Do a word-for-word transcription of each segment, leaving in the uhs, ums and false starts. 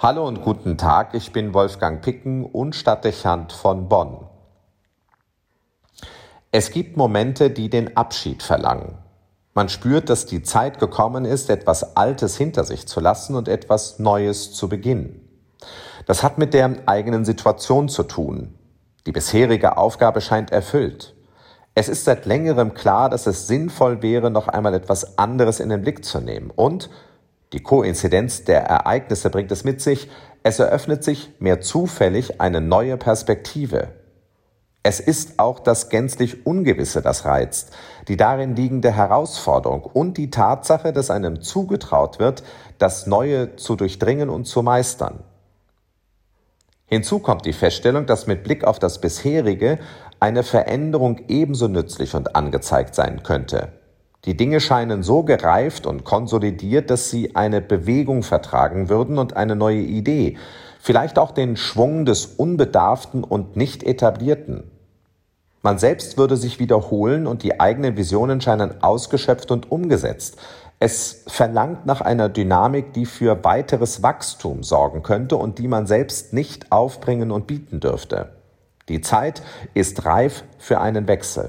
Hallo und guten Tag, ich bin Wolfgang Picken und Stadtdechant von Bonn. Es gibt Momente, die den Abschied verlangen. Man spürt, dass die Zeit gekommen ist, etwas Altes hinter sich zu lassen und etwas Neues zu beginnen. Das hat mit der eigenen Situation zu tun. Die bisherige Aufgabe scheint erfüllt. Es ist seit längerem klar, dass es sinnvoll wäre, noch einmal etwas anderes in den Blick zu nehmen. Und die Koinzidenz der Ereignisse bringt es mit sich, es eröffnet sich mehr zufällig eine neue Perspektive. Es ist auch das gänzlich Ungewisse, das reizt, die darin liegende Herausforderung und die Tatsache, dass einem zugetraut wird, das Neue zu durchdringen und zu meistern. Hinzu kommt die Feststellung, dass mit Blick auf das Bisherige eine Veränderung ebenso nützlich und angezeigt sein könnte. Die Dinge scheinen so gereift und konsolidiert, dass sie eine Bewegung vertragen würden und eine neue Idee, vielleicht auch den Schwung des Unbedarften und Nicht-Etablierten. Man selbst würde sich wiederholen und die eigenen Visionen scheinen ausgeschöpft und umgesetzt. Es verlangt nach einer Dynamik, die für weiteres Wachstum sorgen könnte und die man selbst nicht aufbringen und bieten dürfte. Die Zeit ist reif für einen Wechsel.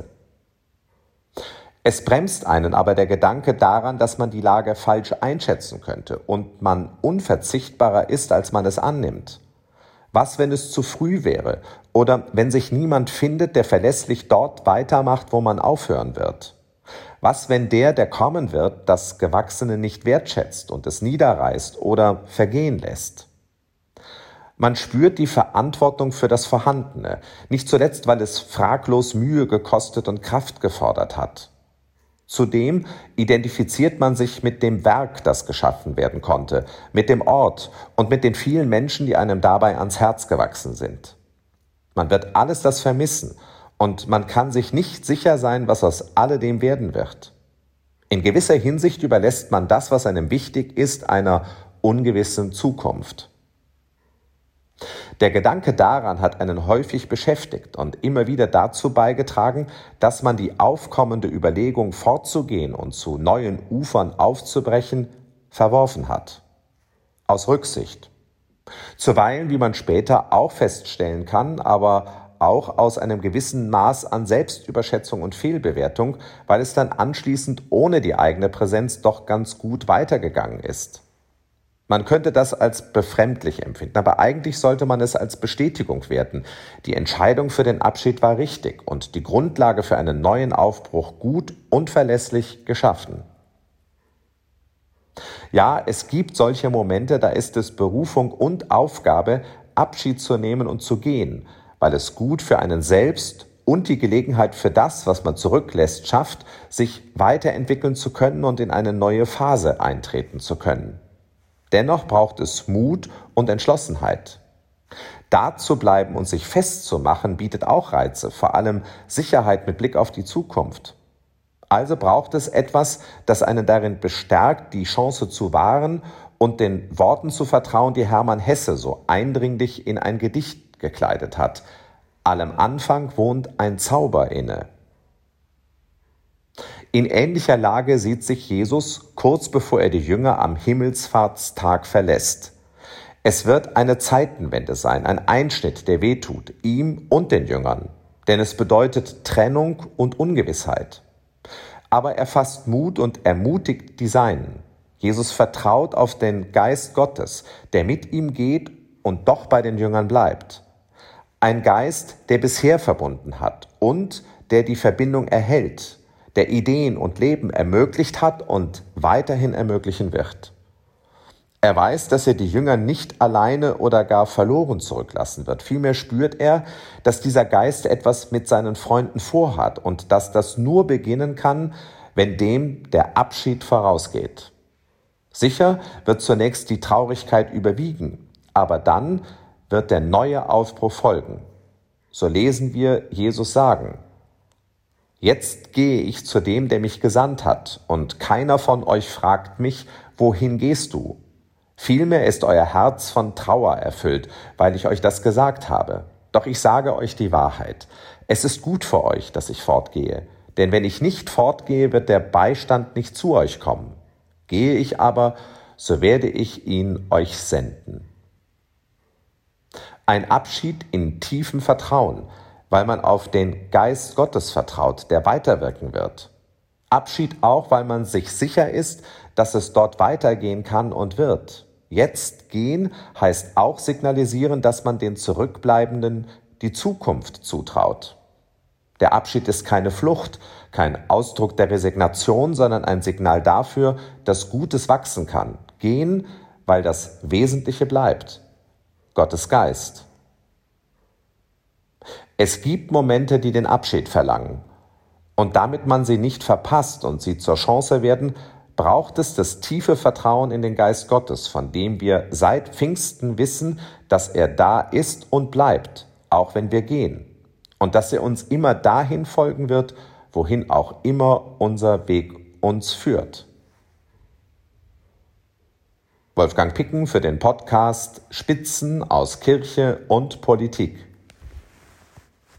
Es bremst einen aber der Gedanke daran, dass man die Lage falsch einschätzen könnte und man unverzichtbarer ist, als man es annimmt. Was, wenn es zu früh wäre oder wenn sich niemand findet, der verlässlich dort weitermacht, wo man aufhören wird? Was, wenn der, der kommen wird, das Gewachsene nicht wertschätzt und es niederreißt oder vergehen lässt? Man spürt die Verantwortung für das Vorhandene, nicht zuletzt, weil es fraglos Mühe gekostet und Kraft gefordert hat. Zudem identifiziert man sich mit dem Werk, das geschaffen werden konnte, mit dem Ort und mit den vielen Menschen, die einem dabei ans Herz gewachsen sind. Man wird alles das vermissen und man kann sich nicht sicher sein, was aus alledem werden wird. In gewisser Hinsicht überlässt man das, was einem wichtig ist, einer ungewissen Zukunft. Der Gedanke daran hat einen häufig beschäftigt und immer wieder dazu beigetragen, dass man die aufkommende Überlegung fortzugehen und zu neuen Ufern aufzubrechen, verworfen hat. Aus Rücksicht. Zuweilen, wie man später auch feststellen kann, aber auch aus einem gewissen Maß an Selbstüberschätzung und Fehlbewertung, weil es dann anschließend ohne die eigene Präsenz doch ganz gut weitergegangen ist. Man könnte das als befremdlich empfinden, aber eigentlich sollte man es als Bestätigung werten. Die Entscheidung für den Abschied war richtig und die Grundlage für einen neuen Aufbruch gut und verlässlich geschaffen. Ja, es gibt solche Momente, da ist es Berufung und Aufgabe, Abschied zu nehmen und zu gehen, weil es gut für einen selbst und die Gelegenheit für das, was man zurücklässt, schafft, sich weiterentwickeln zu können und in eine neue Phase eintreten zu können. Dennoch braucht es Mut und Entschlossenheit. Da zu bleiben und sich festzumachen, bietet auch Reize, vor allem Sicherheit mit Blick auf die Zukunft. Also braucht es etwas, das einen darin bestärkt, die Chance zu wahren und den Worten zu vertrauen, die Hermann Hesse so eindringlich in ein Gedicht gekleidet hat. Allem Anfang wohnt ein Zauber inne. In ähnlicher Lage sieht sich Jesus kurz bevor er die Jünger am Himmelfahrtstag verlässt. Es wird eine Zeitenwende sein, ein Einschnitt, der wehtut, ihm und den Jüngern, denn es bedeutet Trennung und Ungewissheit. Aber er fasst Mut und ermutigt die Seinen. Jesus vertraut auf den Geist Gottes, der mit ihm geht und doch bei den Jüngern bleibt. Ein Geist, der bisher verbunden hat und der die Verbindung erhält, der Ideen und Leben ermöglicht hat und weiterhin ermöglichen wird. Er weiß, dass er die Jünger nicht alleine oder gar verloren zurücklassen wird. Vielmehr spürt er, dass dieser Geist etwas mit seinen Freunden vorhat und dass das nur beginnen kann, wenn dem der Abschied vorausgeht. Sicher wird zunächst die Traurigkeit überwiegen, aber dann wird der neue Aufbruch folgen. So lesen wir Jesus sagen: Jetzt gehe ich zu dem, der mich gesandt hat, und keiner von euch fragt mich, wohin gehst du? Vielmehr ist euer Herz von Trauer erfüllt, weil ich euch das gesagt habe. Doch ich sage euch die Wahrheit. Es ist gut für euch, dass ich fortgehe. Denn wenn ich nicht fortgehe, wird der Beistand nicht zu euch kommen. Gehe ich aber, so werde ich ihn euch senden. Ein Abschied in tiefem Vertrauen, weil man auf den Geist Gottes vertraut, der weiterwirken wird. Abschied auch, weil man sich sicher ist, dass es dort weitergehen kann und wird. Jetzt gehen heißt auch signalisieren, dass man den Zurückbleibenden die Zukunft zutraut. Der Abschied ist keine Flucht, kein Ausdruck der Resignation, sondern ein Signal dafür, dass Gutes wachsen kann. Gehen, weil das Wesentliche bleibt: Gottes Geist. Es gibt Momente, die den Abschied verlangen. Und damit man sie nicht verpasst und sie zur Chance werden, braucht es das tiefe Vertrauen in den Geist Gottes, von dem wir seit Pfingsten wissen, dass er da ist und bleibt, auch wenn wir gehen. Und dass er uns immer dahin folgen wird, wohin auch immer unser Weg uns führt. Wolfgang Picken für den Podcast Spitzen aus Kirche und Politik.